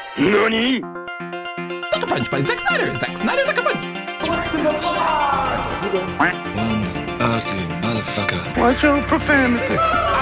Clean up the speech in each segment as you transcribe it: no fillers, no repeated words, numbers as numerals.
NANI? Sucker Punch by Zack Snyder. Zack Snyder Sucker Punch. One ugly motherfucker. Watch your profanity.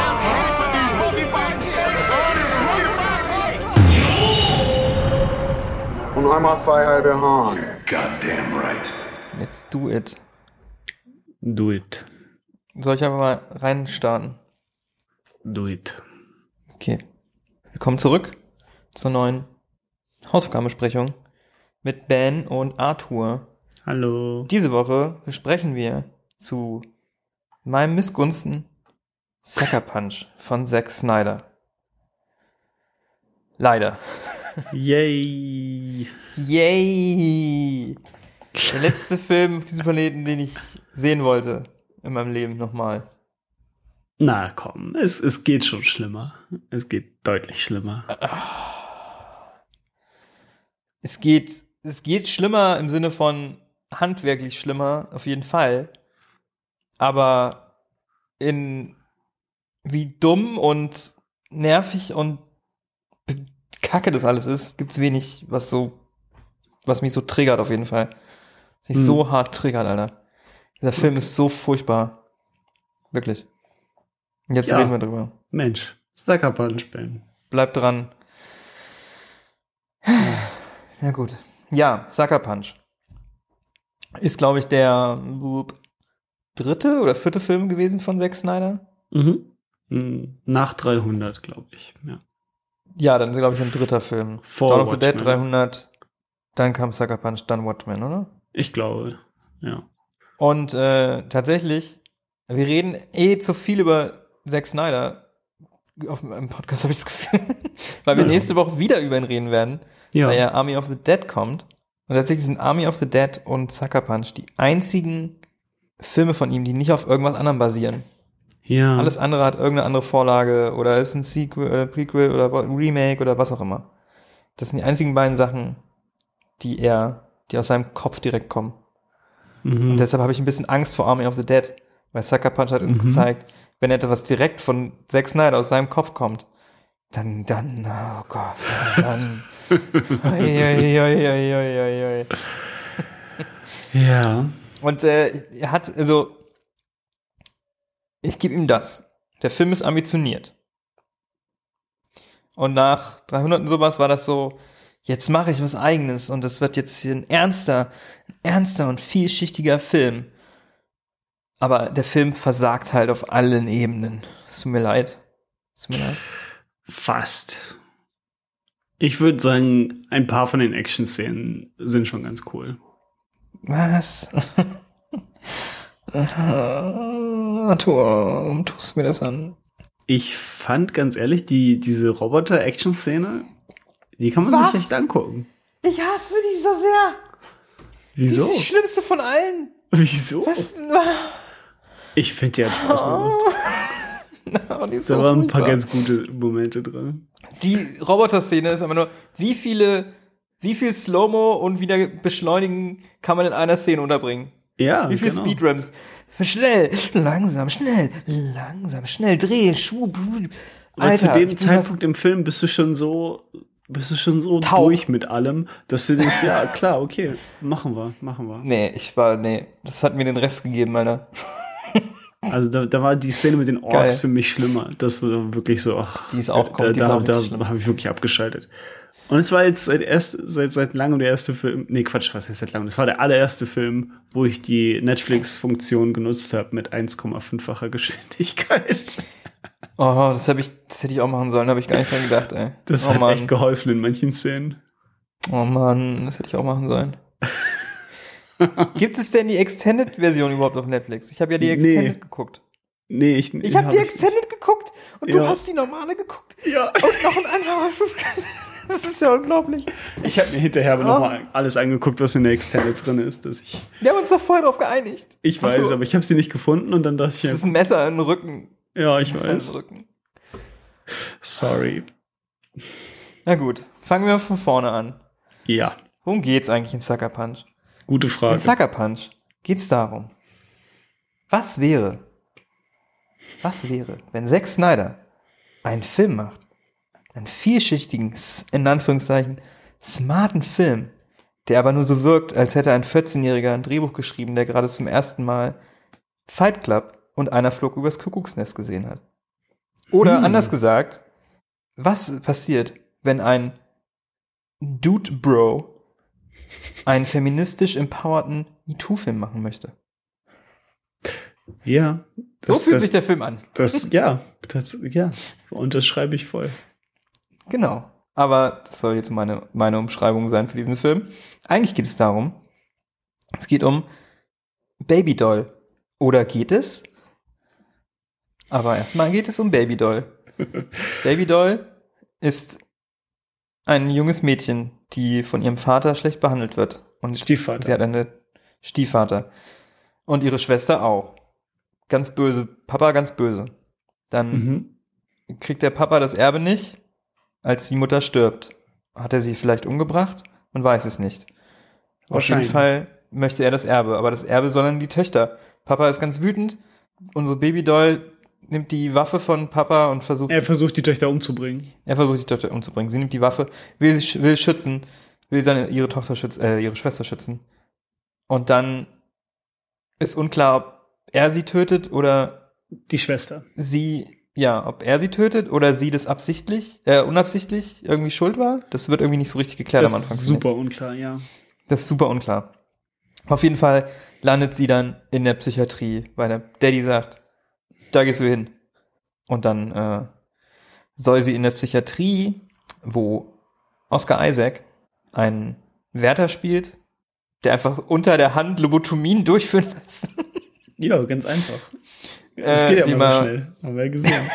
Und einmal zwei halbe Hahn. Goddamn right. Let's do it. Do it. Soll ich einfach mal reinstarten? Do it. Okay. Willkommen zurück zur neuen Hausaufgabenbesprechung mit Ben und Arthur. Hallo. Diese Woche besprechen wir zu meinem Missgunsten Sucker Punch von Zack Snyder. Leider. Yay. Yay! Der letzte Film auf diesem Planeten, den ich sehen wollte in meinem Leben nochmal. Na komm, es geht schon schlimmer. Es geht deutlich schlimmer. Es geht schlimmer im Sinne von handwerklich schlimmer, auf jeden Fall. Aber in wie dumm und nervig und kacke das alles ist, gibt's wenig, was mich so triggert auf jeden Fall. Was mich so hart triggert, Alter. Dieser Film ist so furchtbar. Wirklich. Und jetzt reden wir drüber. Mensch, Sucker Punch, Ben. Bleibt dran. Ja gut. Ja, Sucker Punch. Ist, glaube ich, der dritte oder vierte Film gewesen von Zack Snyder. Nach 300, glaube ich. Ja, dann ist, glaube ich, ein dritter Film. Vor Dawn of the Watchmen. Dead 300, dann kam Sucker Punch, dann Watchmen, oder? Ich glaube, ja. Und tatsächlich, wir reden zu viel über Zack Snyder auf meinem Podcast, habe ich das Gefühl. Weil wir nächste Woche wieder über ihn reden werden, Ja. weil ja Army of the Dead kommt. Und tatsächlich sind Army of the Dead und Sucker Punch die einzigen Filme von ihm, die nicht auf irgendwas anderem basieren. Ja. Alles andere hat irgendeine andere Vorlage oder ist ein Sequel, Prequel oder Remake oder was auch immer. Das sind die einzigen beiden Sachen, die aus seinem Kopf direkt kommen. Und deshalb habe ich ein bisschen Angst vor Army of the Dead, weil Sucker Punch hat uns gezeigt, wenn etwas direkt von Zack Snyder aus seinem Kopf kommt, dann, oh Gott, dann. Oi. Ja. Und er hat, also, ich gebe ihm das. Der Film ist ambitioniert. Und nach 300 und sowas war das so, jetzt mache ich was Eigenes und das wird jetzt hier ein ernster und vielschichtiger Film. Aber der Film versagt halt auf allen Ebenen. Es tut mir leid. Fast. Ich würde sagen, ein paar von den Action-Szenen sind schon ganz cool. Was? Arthur, warum tust du mir das an? Ich fand ganz ehrlich, diese Roboter-Action-Szene, die kann man sich echt angucken. Ich hasse die so sehr. Wieso? Die ist die schlimmste von allen. Wieso? Was? Ich finde, die hat Spaß gemacht. Oh, die ist Da so waren ein paar furchtbar. ganz gute Momente drin. Die Roboter-Szene ist aber nur, wie viel Slow-Mo und wieder Beschleunigen kann man in einer Szene unterbringen? Ja, Wie viel genau. Speedramps? Schnell, langsam, schnell, dreh, Schub. Aber Alter, zu dem ich bin Zeitpunkt im Film bist du schon so Taub. durch mit allem, dass du denkst, ja, klar, okay, machen wir. Das hat mir den Rest gegeben, Alter. Also da war die Szene mit den Orks Geil. für mich schlimmer. Das war wirklich so, ach, Die ist auch da richtig schlimm. habe ich wirklich abgeschaltet. Und es war jetzt seit langem der erste Film, nee, Quatsch, was heißt seit langem? Das war der allererste Film, wo ich die Netflix-Funktion genutzt habe mit 1,5-facher Geschwindigkeit. Oh, das hätte ich auch machen sollen, habe ich gar nicht dran gedacht, ey. Das Oh hat Mann. echt geholfen in manchen Szenen. Oh Mann, das hätte ich auch machen sollen. Gibt es denn die Extended-Version überhaupt auf Netflix? Ich habe ja die Extended geguckt. Nee, Ich habe die Extended geguckt und du Ja. hast die normale geguckt. Ja. Und noch ein anderer. Das ist ja unglaublich. Ich habe mir hinterher aber noch mal alles angeguckt, was in der Extended drin ist. Wir haben uns doch vorher drauf geeinigt. Ich weiß, Ach so. aber ich habe sie nicht gefunden und dann dachte ich, Das ist ein Messer in den Rücken. ja, ich Das ist ein weiß. Rücken. Sorry. Na gut, fangen wir von vorne an. Ja, Worum geht's eigentlich in Sucker Punch? gute In Frage. Sucker Punch geht's darum, was wäre, wenn Zack Snyder einen Film macht, einen vielschichtigen, in Anführungszeichen, smarten Film, der aber nur so wirkt, als hätte ein 14-Jähriger ein Drehbuch geschrieben, der gerade zum ersten Mal Fight Club und Einer flog übers Kuckucksnest gesehen hat. Oder anders gesagt, was passiert, wenn ein Dude Bro einen feministisch empowerten MeToo-Film machen möchte? Ja. So fühlt sich der Film an. Ja, unterschreibe ich voll. Genau. Aber das soll jetzt meine Umschreibung sein für diesen Film. Eigentlich geht es darum, es geht um Babydoll. Oder geht es? Aber erstmal geht es um Babydoll. Babydoll ist ein junges Mädchen, die von ihrem Vater schlecht behandelt wird. Und Stiefvater. Sie hat einen Stiefvater. Und ihre Schwester auch. Ganz böse. Papa ganz böse. Dann kriegt der Papa das Erbe nicht, als die Mutter stirbt. Hat er sie vielleicht umgebracht? Man weiß es nicht. Auf jeden Fall möchte er das Erbe. Aber das Erbe soll dann die Töchter. Papa ist ganz wütend. Unsere Babydoll nimmt die Waffe von Papa und versucht... Er versucht, die Töchter umzubringen. Sie nimmt die Waffe, will schützen, ihre Schwester schützen. Und dann ist unklar, ob er sie tötet oder die Schwester. Ob er sie tötet oder sie das unabsichtlich irgendwie schuld war. Das wird irgendwie nicht so richtig geklärt am Anfang. Das ist super unklar, ja. Das ist super unklar. Auf jeden Fall landet sie dann in der Psychiatrie, weil der Daddy sagt, da gehst du hin. Und dann soll sie in der Psychiatrie, wo Oscar Isaac einen Wärter spielt, der einfach unter der Hand Lobotomien durchführen lässt. Ja, ganz einfach. Das geht ja immer so schnell. Haben wir ja gesehen.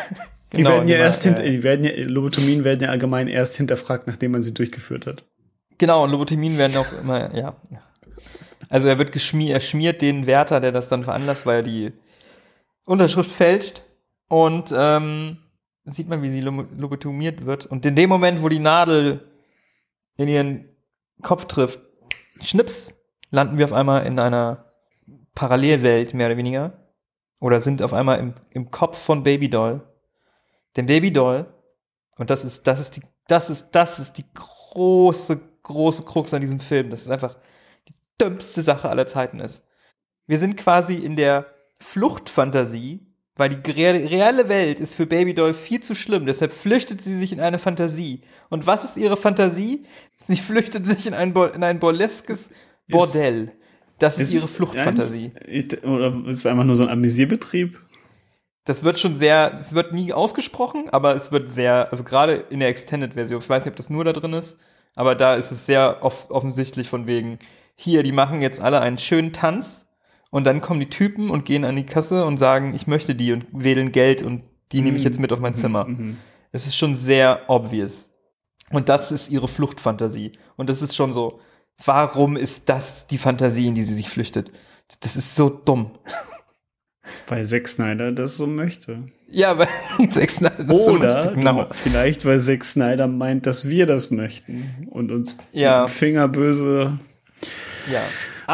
Lobotomien werden ja allgemein erst hinterfragt, nachdem man sie durchgeführt hat. Genau, und Lobotomien werden auch immer, ja. Also er schmiert den Wärter, der das dann veranlasst, weil er die Unterschrift fälscht und sieht man, wie sie lobotomiert wird. Und in dem Moment, wo die Nadel in ihren Kopf trifft, schnips, landen wir auf einmal in einer Parallelwelt, mehr oder weniger. Oder sind auf einmal im Kopf von Babydoll. Denn Babydoll, und das ist die große Krux an diesem Film, das ist einfach die dümmste Sache aller Zeiten ist. Wir sind quasi in der Fluchtfantasie, weil die reale Welt ist für Babydoll viel zu schlimm, deshalb flüchtet sie sich in eine Fantasie. Und was ist ihre Fantasie? Sie flüchtet sich in ein burleskes Bordell. Das ist ihre Fluchtfantasie. Oder ist es einfach nur so ein Amüsierbetrieb? Das wird es wird nie ausgesprochen, aber es wird sehr, also gerade in der Extended-Version, ich weiß nicht, ob das nur da drin ist, aber da ist es sehr offensichtlich von wegen, hier, die machen jetzt alle einen schönen Tanz und dann kommen die Typen und gehen an die Kasse und sagen, ich möchte die und wählen Geld und die nehme ich jetzt mit auf mein Zimmer. Es ist schon sehr obvious. Und das ist ihre Fluchtfantasie. Und das ist schon so, warum ist das die Fantasie, in die sie sich flüchtet? Das ist so dumm. Weil Zack Snyder das so möchte. Ja, weil Zack Snyder das so möchte. Genau. Vielleicht, weil Zack Snyder meint, dass wir das möchten und uns mit dem Finger böse. Ja,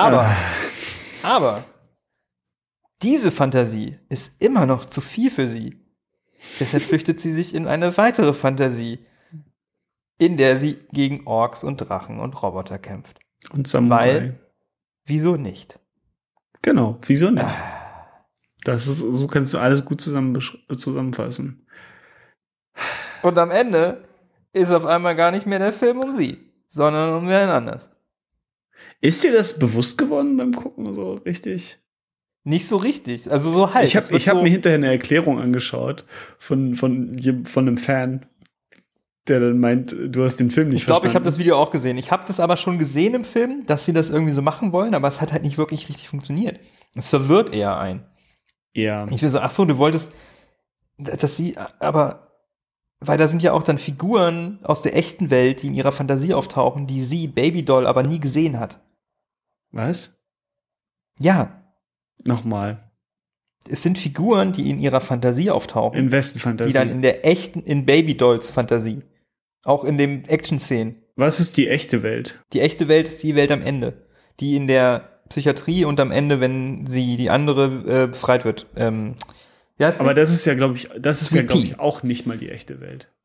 aber diese Fantasie ist immer noch zu viel für sie. Deshalb flüchtet sie sich in eine weitere Fantasie, in der sie gegen Orks und Drachen und Roboter kämpft. Und Samurai. Weil, wieso nicht? Genau, wieso nicht? So kannst du alles gut zusammenfassen. Und am Ende ist auf einmal gar nicht mehr der Film um sie, sondern um wen anders. Ist dir das bewusst geworden beim Gucken so richtig? Nicht so richtig, also so halb. Ich hab mir hinterher eine Erklärung angeschaut von einem Fan, der dann meint, du hast den Film nicht verstanden. Ich glaube, ich habe das Video auch gesehen. Ich habe das aber schon gesehen im Film, dass sie das irgendwie so machen wollen, aber es hat halt nicht wirklich richtig funktioniert. Es verwirrt eher ein. Ja. Ich will so, ach so, du wolltest, dass sie, aber, weil da sind ja auch dann Figuren aus der echten Welt, die in ihrer Fantasie auftauchen, die sie, Babydoll, aber nie gesehen hat. Was? Ja. Nochmal. Es sind Figuren, die in ihrer Fantasie auftauchen. In wessen Fantasie? Die dann in Babydolls Fantasie. Auch in den Action-Szenen. Was ist die echte Welt? Die echte Welt ist die Welt am Ende. Die in der Psychiatrie und am Ende, wenn sie die andere befreit wird. Aber das ist ja, glaube ich, auch nicht mal die echte Welt.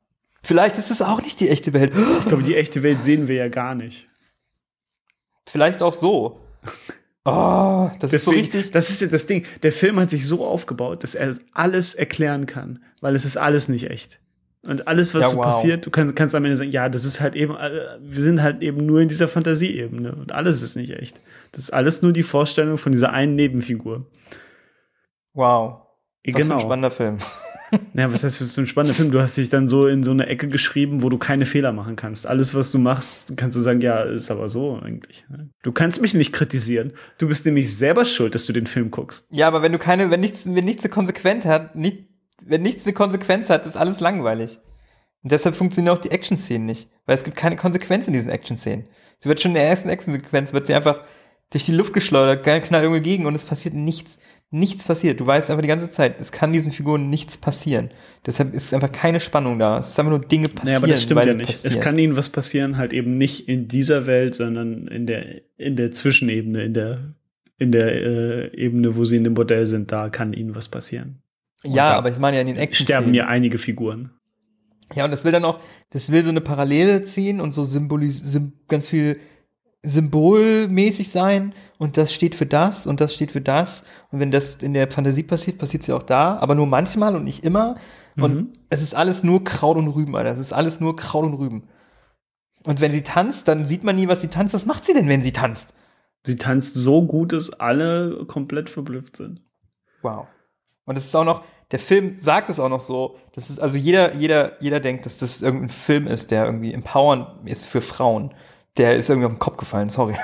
Vielleicht ist es auch nicht die echte Welt. Ich glaube, die echte Welt sehen wir ja gar nicht. Vielleicht auch so. Oh, das ist so richtig. Das ist ja das Ding. Der Film hat sich so aufgebaut, dass er alles erklären kann, weil es ist alles nicht echt. Und alles, was so passiert, du kannst am Ende sagen, ja, das ist halt eben, wir sind halt eben nur in dieser Fantasieebene und alles ist nicht echt. Das ist alles nur die Vorstellung von dieser einen Nebenfigur. Wow. Was Genau. für ein spannender Film. Ja, was heißt für ein spannender Film? Du hast dich dann so in so eine Ecke geschrieben, wo du keine Fehler machen kannst. Alles, was du machst, kannst du sagen, ja, ist aber so eigentlich. Du kannst mich nicht kritisieren. Du bist nämlich selber schuld, dass du den Film guckst. Ja, aber wenn nichts eine Konsequenz hat, wenn nichts eine Konsequenz hat, ist alles langweilig. Und deshalb funktionieren auch die Action-Szenen nicht. Weil es gibt keine Konsequenz in diesen Action-Szenen. Sie wird schon in der ersten Action-Sequenz, wird sie einfach durch die Luft geschleudert, knallt irgendwie gegen und es passiert nichts. Nichts passiert. Du weißt einfach die ganze Zeit, es kann diesen Figuren nichts passieren. Deshalb ist einfach keine Spannung da. Es ist einfach nur Dinge passieren. Naja, aber das stimmt weil ja nicht. Es kann ihnen was passieren, halt eben nicht in dieser Welt, sondern in der Zwischenebene, in der Ebene, wo sie in dem Bordell sind, da kann ihnen was passieren. Und ja, aber ich meine ja in den Action-Szenen. Sterben ja einige Figuren. Ja, und das will so eine Parallele ziehen und so ganz viel symbolmäßig sein und das steht für das und das steht für das und wenn das in der Fantasie passiert, passiert es ja auch da, aber nur manchmal und nicht immer und es ist alles nur Kraut und Rüben, Alter, es ist alles nur Kraut und Rüben. Und wenn sie tanzt, dann sieht man nie, was sie tanzt. Was macht sie denn, wenn sie tanzt? Sie tanzt so gut, dass alle komplett verblüfft sind. Wow. Und es ist auch noch, der Film sagt es auch noch so, das ist, also jeder denkt, dass das irgendein Film ist, der irgendwie empowernd ist für Frauen. Der ist irgendwie auf den Kopf gefallen, sorry.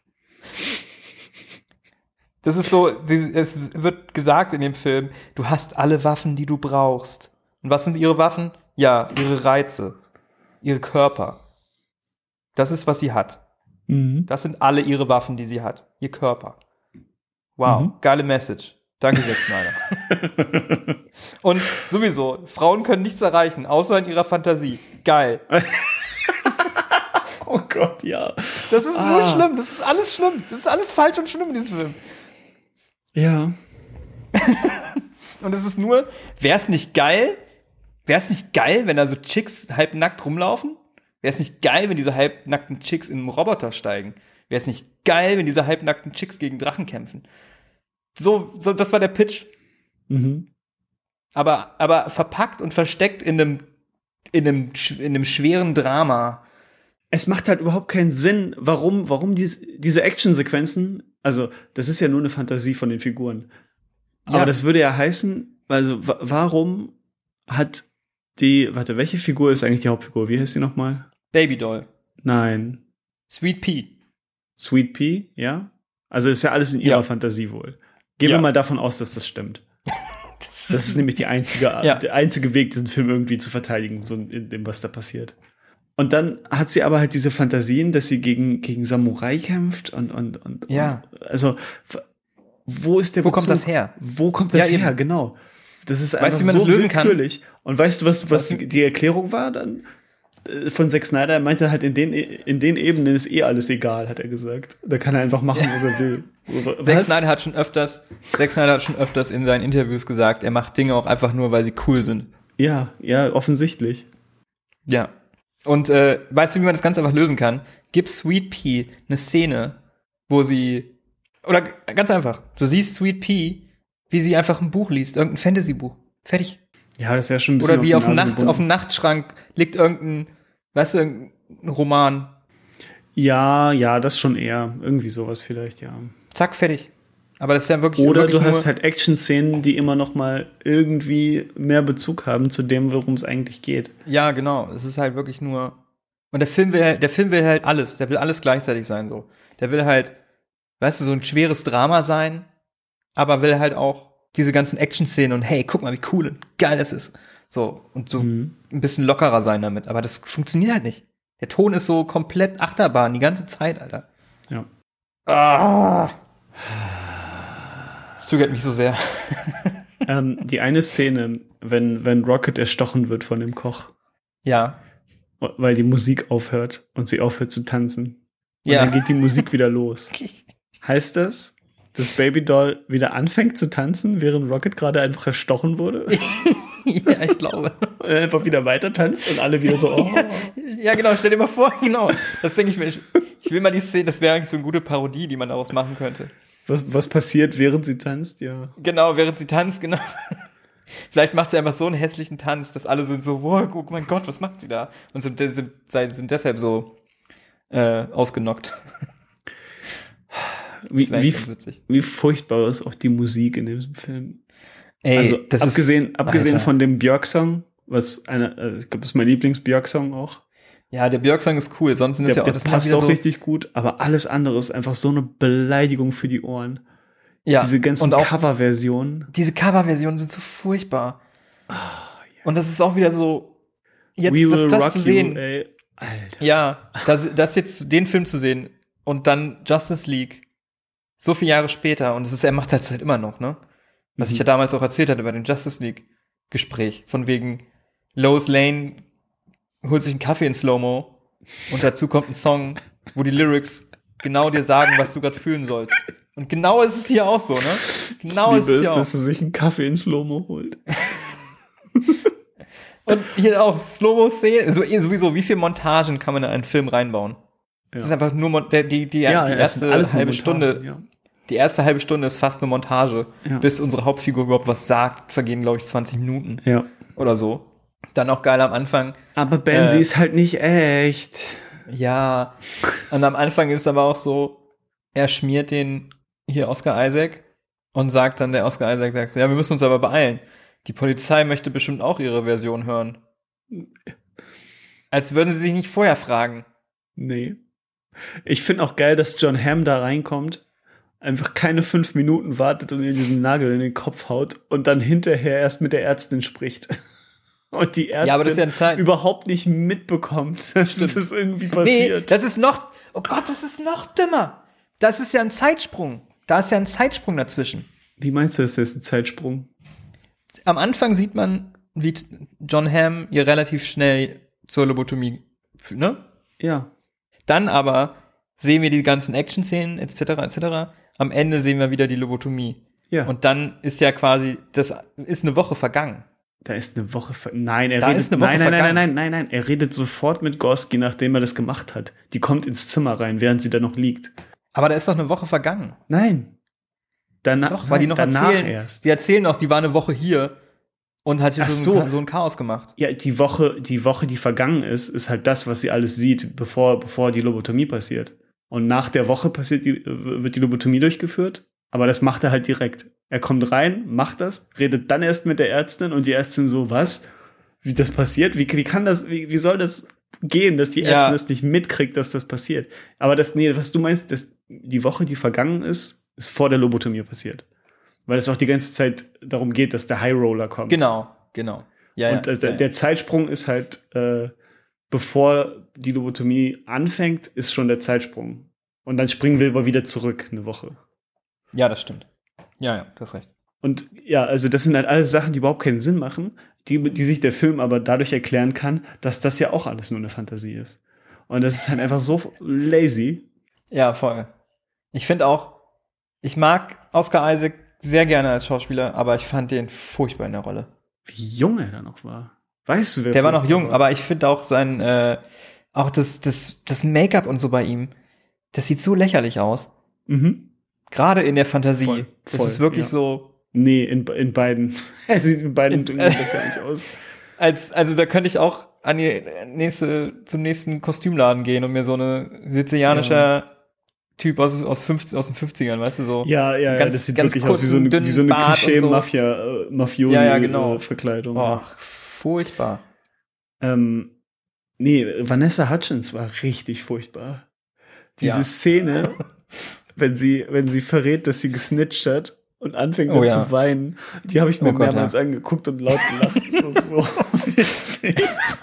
Das ist so, es wird gesagt in dem Film, du hast alle Waffen, die du brauchst. Und was sind ihre Waffen? Ja, ihre Reize, ihre Körper. Das ist, was sie hat. Das sind alle ihre Waffen, die sie hat. Ihr Körper. Wow, geile Message. Danke, Zack Snyder. Und sowieso, Frauen können nichts erreichen, außer in ihrer Fantasie. Geil. Oh Gott, ja. Das ist nur schlimm, das ist alles schlimm. Das ist alles falsch und schlimm in diesem Film. Ja. Und es ist nur, wäre es nicht geil, wenn da so Chicks halbnackt rumlaufen? Wäre es nicht geil, wenn diese halbnackten Chicks in einen Roboter steigen? Wäre es nicht geil, wenn diese halbnackten Chicks gegen Drachen kämpfen? So, das war der Pitch. Aber verpackt und versteckt in einem schweren Drama. Es macht halt überhaupt keinen Sinn, warum diese Actionsequenzen, also das ist ja nur eine Fantasie von den Figuren. Aber das würde ja heißen, also warum hat welche Figur ist eigentlich die Hauptfigur? Wie heißt sie nochmal? Babydoll. Nein. Sweet Pea. Sweet Pea, ja? Also ist ja alles in ihrer Fantasie wohl. Gehen wir mal davon aus, dass das stimmt. Das ist nämlich der einzige Weg, diesen Film irgendwie zu verteidigen, so in dem, was da passiert. Und dann hat sie aber halt diese Fantasien, dass sie gegen Samurai kämpft und also wo ist der Bezug? Wo kommt das her? Wo kommt das her? Eben. Genau. Das ist weißt einfach du, wie man so das lösen willkürlich. Und weißt du, was die Erklärung war dann? Von Zack Snyder, er meinte halt, in den Ebenen ist alles egal, hat er gesagt. Da kann er einfach machen, was er will. So, Zack Snyder hat schon öfters in seinen Interviews gesagt, er macht Dinge auch einfach nur, weil sie cool sind. Ja, offensichtlich. Ja. Und weißt du, wie man das ganz einfach lösen kann? Gib Sweet Pea eine Szene, wo sie, oder ganz einfach, du siehst Sweet Pea, wie sie einfach ein Buch liest, irgendein Fantasy-Buch. Fertig. Ja, das wäre schon ein bisschen oder wie auf dem Nachtschrank liegt irgendein Roman. Ja, das schon eher. Irgendwie sowas vielleicht, ja. Zack, fertig. Aber das ist ja wirklich. Oder du hast halt Action-Szenen, die immer noch mal irgendwie mehr Bezug haben zu dem, worum es eigentlich geht. Ja, genau. Es ist halt wirklich nur. Und der Film will halt alles. Der will alles gleichzeitig sein, so. Der will halt, weißt du, so ein schweres Drama sein, aber will halt auch diese ganzen Action-Szenen und hey, guck mal, wie cool und geil das ist. So, und so ein bisschen lockerer sein damit. Aber das funktioniert halt nicht. Der Ton ist so komplett Achterbahn die ganze Zeit, Alter. Ja. Das zögert mich so sehr. Die eine Szene, wenn Rocket erstochen wird von dem Koch. Ja. Weil die Musik aufhört und sie aufhört zu tanzen. Und Ja. dann geht die Musik wieder los. Heißt das, dass Babydoll wieder anfängt zu tanzen, während Rocket gerade einfach erstochen wurde? Ja, ich glaube. Und dann einfach wieder weiter tanzt und alle wieder so, oh. Ja, genau, stell dir mal vor, genau. Das denke ich mir. Ich will mal die Szene, das wäre eigentlich so eine gute Parodie, die man daraus machen könnte. Was passiert, während sie tanzt? Ja. Genau, während sie tanzt, genau. Vielleicht macht sie einfach so einen hässlichen Tanz, dass alle sind so, wow, oh mein Gott, was macht sie da? Und sind deshalb so ausgenockt. Wie furchtbar ist auch die Musik in diesem Film. Ey, also das abgesehen Alter. von dem Björk-Song, was ich glaube, das ist mein Lieblings-Björk-Song auch. Ja, der Björk-Song ist cool, sonst sind es ja auch, Der das passt sind auch so, richtig gut, aber alles andere ist einfach so eine Beleidigung für die Ohren. ja, Diese ganzen und auch Coverversionen. diese Coverversionen sind so furchtbar. Und das ist auch wieder so, jetzt We Will das Rock zu You, sehen. ey. Alter. Ja, das jetzt, den Film zu sehen und dann Justice League, so viele Jahre später, und er macht halt immer noch, ne? Was ich ja damals auch erzählt hatte bei dem Justice League-Gespräch, von wegen Lois Lane holt sich einen Kaffee in Slow-Mo und dazu kommt ein Song, wo die Lyrics genau dir sagen, was du gerade fühlen sollst. Und genau ist es hier auch so, ne? Genau Ich ist liebe es hier auch. dass sie sich einen Kaffee in Slow-Mo holt. Und hier auch Slow-Mo-Szenen, sowieso, wie viele Montagen kann man in einen Film reinbauen? Das ist einfach nur die erste halbe Stunde. Ja. Die erste halbe Stunde ist fast eine Montage. Ja. Bis unsere Hauptfigur überhaupt was sagt, vergehen, glaube ich, 20 Minuten Ja. oder so. Dann auch geil am Anfang. Aber Benzi ist halt nicht echt. Ja. Und am Anfang ist es aber auch so, er schmiert den hier Oscar Isaac und sagt dann, der Oscar Isaac sagt so, ja, wir müssen uns aber beeilen. Die Polizei möchte bestimmt auch ihre Version hören. Als würden sie sich nicht vorher fragen. Nee. Ich finde auch geil, dass John Hamm da reinkommt, einfach keine 5 Minuten wartet und ihr diesen Nagel in den Kopf haut und dann hinterher erst mit der Ärztin spricht. Und die Ärztin aber das ist ja überhaupt nicht mitbekommt, dass das irgendwie passiert. Nee, das ist noch, oh Gott, das ist noch dümmer. Das ist ja ein Zeitsprung. Da ist ja ein Zeitsprung dazwischen. Wie meinst du, ist das ein Zeitsprung? Am Anfang sieht man, wie John Hamm ihr relativ schnell zur Lobotomie, ne? Ja. Dann aber sehen wir die ganzen Action-Szenen, etc. Am Ende sehen wir wieder die Lobotomie. Ja. Und dann ist ja quasi, das ist eine Woche vergangen. Da ist eine Woche Nein, er Da redet ist eine Woche vergangen. nein. Er redet sofort mit Gorski, nachdem er das gemacht hat. Die kommt ins Zimmer rein, während sie da noch liegt. Aber da ist doch eine Woche vergangen. Nein. Doch, weil die noch danach erzählen. erst. Die erzählen noch, die war eine Woche hier und hat hier Ach so so. ein Chaos gemacht. Ja, die Woche, die vergangen ist halt das, was sie alles sieht, bevor die Lobotomie passiert. Und nach der Woche wird die Lobotomie durchgeführt, aber das macht er halt direkt. Er kommt rein, macht das, redet dann erst mit der Ärztin und die Ärztin so, was? Wie das passiert? Wie soll das gehen, dass die Ärztin das nicht mitkriegt, dass das passiert? Aber was du meinst, die Woche, die vergangen ist vor der Lobotomie passiert. Weil es auch die ganze Zeit darum geht, dass der High Roller kommt. Genau. Ja, und der Zeitsprung ist halt, bevor die Lobotomie anfängt, ist schon der Zeitsprung. Und dann springen wir aber wieder zurück eine Woche. Ja, das stimmt. Ja, du hast recht. Und ja, also das sind halt alles Sachen, die überhaupt keinen Sinn machen, die sich der Film aber dadurch erklären kann, dass das ja auch alles nur eine Fantasie ist. Und das ist halt einfach so lazy. Ja, voll. Ich finde auch, ich mag Oscar Isaac sehr gerne als Schauspieler, aber ich fand den furchtbar in der Rolle. Wie jung er da noch war. Weißt du, wer Der war noch jung, aber ich finde auch auch das Make-up und so bei ihm, das sieht so lächerlich aus. Mhm. Gerade in der Fantasie. Voll, das ist wirklich so. Nee, in beiden. Er sieht in beiden lächerlich aus. Also da könnte ich auch zum nächsten Kostümladen gehen und mir so eine sizilianischer Typ aus den 50ern, weißt du, so. Ja, ganz, das sieht ganz wirklich aus wie so eine Klischee-Mafiosi-Verkleidung. Oh, furchtbar. Nee, Vanessa Hudgens war richtig furchtbar. Diese Szene, wenn sie verrät, dass sie gesnitcht hat und anfängt dann zu weinen, die habe ich mir mehrmals angeguckt und laut gelacht. Das war so witzig.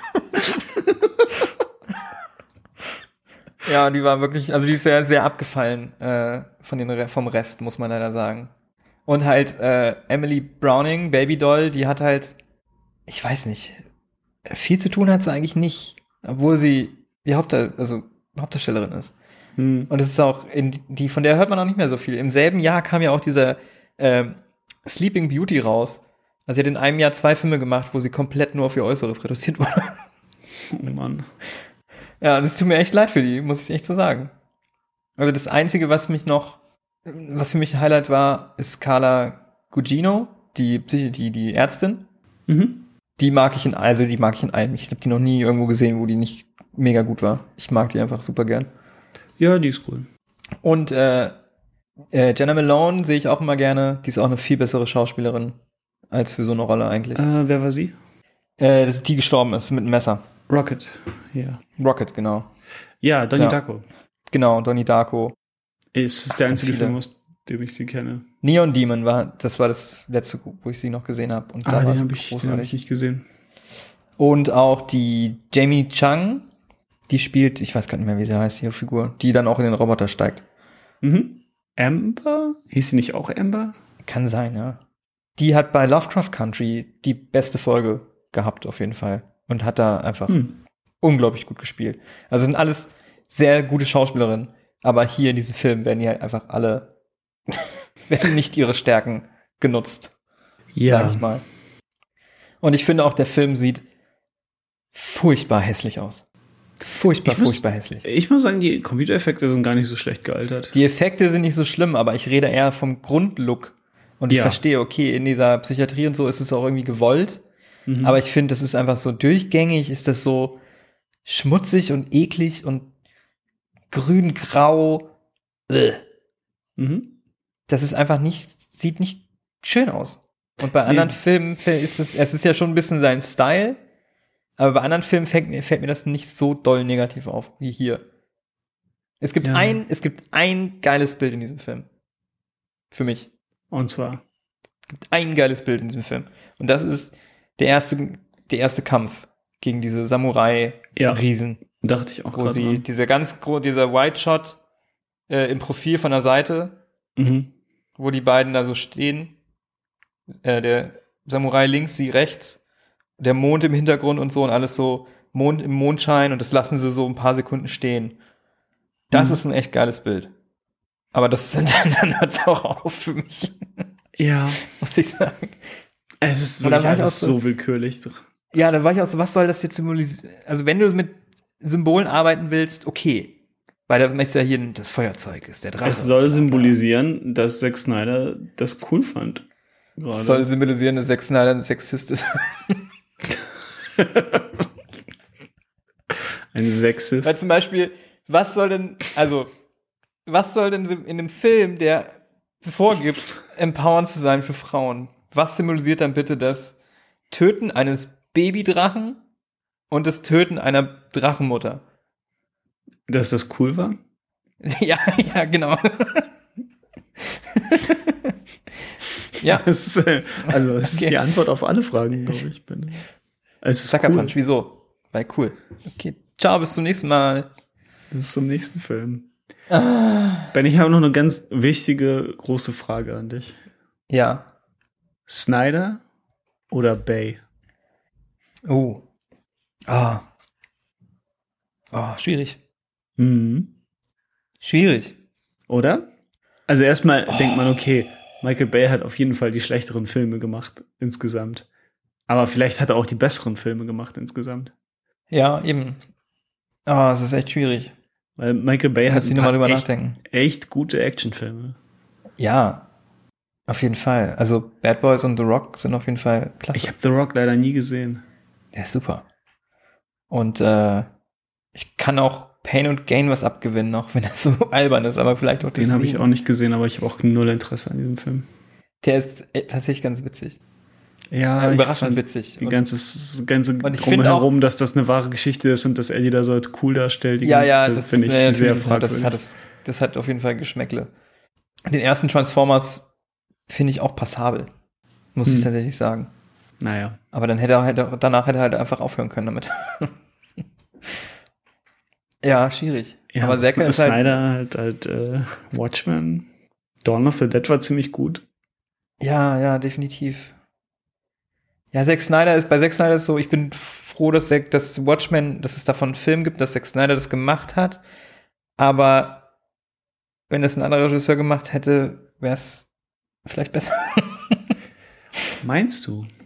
Ja, die war wirklich, also die ist sehr, sehr abgefallen vom Rest, muss man leider sagen. Und halt Emily Browning, Babydoll, die hat halt, ich weiß nicht, viel zu tun hat sie eigentlich nicht, obwohl sie die Hauptdarstellerin ist. Und es ist auch, von der hört man auch nicht mehr so viel. Im selben Jahr kam ja auch dieser Sleeping Beauty raus. Also sie hat in einem Jahr 2 Filme gemacht, wo sie komplett nur auf ihr Äußeres reduziert wurde. Oh Mann. Ja, das tut mir echt leid für die, muss ich echt so sagen. Also das Einzige, was für mich ein Highlight war, ist Carla Gugino, die Ärztin. Mhm. Die mag ich in allem. Ich habe die noch nie irgendwo gesehen, wo die nicht mega gut war. Ich mag die einfach super gern. Ja, die ist cool. Und Jenna Malone sehe ich auch immer gerne. Die ist auch eine viel bessere Schauspielerin als für so eine Rolle eigentlich. Wer war sie? Das ist die gestorben ist mit einem Messer. Rocket, ja. Rocket, genau. Ja, Donnie Ja. Darko. Genau, Donnie Darko. Es ist der einzige viele. Film, aus dem ich sie kenne. Neon Demon war das letzte, wo ich sie noch gesehen habe. Und da Den war's habe ich großartig. nicht gesehen. Und auch die Jamie Chung, die spielt, ich weiß gar nicht mehr, wie sie heißt, ihre Figur, die dann auch in den Roboter steigt. Mhm. Amber? Hieß sie nicht auch Amber? Kann sein, ja. Die hat bei Lovecraft Country die beste Folge gehabt, auf jeden Fall. Und hat da einfach unglaublich gut gespielt. Also sind alles sehr gute Schauspielerinnen. Aber hier in diesem Film werden die halt einfach alle, werden nicht ihre Stärken genutzt, sag ich mal. Und ich finde auch, der Film sieht furchtbar hässlich aus. Furchtbar hässlich. Ich muss sagen, die Computereffekte sind gar nicht so schlecht gealtert. Die Effekte sind nicht so schlimm, aber ich rede eher vom Grundlook. Und ich verstehe, okay, in dieser Psychiatrie und so ist es auch irgendwie gewollt. Mhm. Aber ich finde, das ist einfach so durchgängig, ist das so schmutzig und eklig und grün-grau. Mhm. Das ist einfach sieht nicht schön aus. Und bei anderen Filmen ist es ist ja schon ein bisschen sein Style, aber bei anderen Filmen fällt mir das nicht so doll negativ auf wie hier. Es gibt ein geiles Bild in diesem Film. Für mich. Und zwar? Es gibt ein geiles Bild in diesem Film. Und das ist der erste Kampf gegen diese Samurai-Riesen. Dachte ich auch wo gerade. sie dieser White Shot im Profil von der Seite, wo die beiden da so stehen, der Samurai links, sie rechts, der Mond im Hintergrund und so und alles so Mond im Mondschein und das lassen sie so ein paar Sekunden stehen. Das ist ein echt geiles Bild. Aber dann hört es auch auf für mich. Ja. Muss ich sagen. Es ist wirklich alles so willkürlich. Ja, da war ich auch so, was soll das jetzt symbolisieren? Also wenn du mit Symbolen arbeiten willst, okay. Weil da ist ja hier das Feuerzeug, ist der Drache. Es soll symbolisieren, dass Zack Snyder das cool fand. Es soll symbolisieren, dass Zack Snyder ein Sexist ist. Ein Sexist. Weil zum Beispiel, was soll denn in einem Film, der vorgibt, empowernd zu sein für Frauen, was symbolisiert dann bitte das Töten eines Babydrachen und das Töten einer Drachenmutter? Dass das cool war? Ja, genau. Ja. Das ist, ist die Antwort auf alle Fragen, glaube ich. Es ist Sucker cool. Punch, wieso? Weil cool. Okay, ciao, bis zum nächsten Mal. Bis zum nächsten Film. Ben, ich habe noch eine ganz wichtige, große Frage an dich. Ja. Snyder oder Bay? Oh, schwierig. Schwierig. Oder? Also erstmal denkt man, okay, Michael Bay hat auf jeden Fall die schlechteren Filme gemacht insgesamt. Aber vielleicht hat er auch die besseren Filme gemacht insgesamt. Ja, eben. Es ist echt schwierig. Weil Michael Bay hat nachdenken. echt gute Actionfilme. Ja, auf jeden Fall. Also Bad Boys und The Rock sind auf jeden Fall klasse. Ich habe The Rock leider nie gesehen. Der ist super. Und ich kann auch Pain und Gain was abgewinnen, auch wenn er so albern ist, aber vielleicht auch den habe ich auch nicht gesehen, aber ich habe auch null Interesse an diesem Film. Der ist tatsächlich ganz witzig. Ja, überraschend witzig. Die ganze Drumherum, dass das eine wahre Geschichte ist und dass er die da so als cool darstellt. Das finde ich sehr fragwürdig. Das hat auf jeden Fall Geschmäckle. Den ersten Transformers finde ich auch passabel. Muss ich tatsächlich sagen. Naja. Aber dann danach hätte er halt einfach aufhören können damit. Ja, schwierig. Ja, aber Zack ist Snyder halt Watchmen. Dawn of the Dead war ziemlich gut. Ja, definitiv. Ja, bei Zack Snyder ist so, ich bin froh, dass Watchmen, dass es davon einen Film gibt, dass Zack Snyder das gemacht hat. Aber wenn das ein anderer Regisseur gemacht hätte, wäre es vielleicht besser. Meinst du?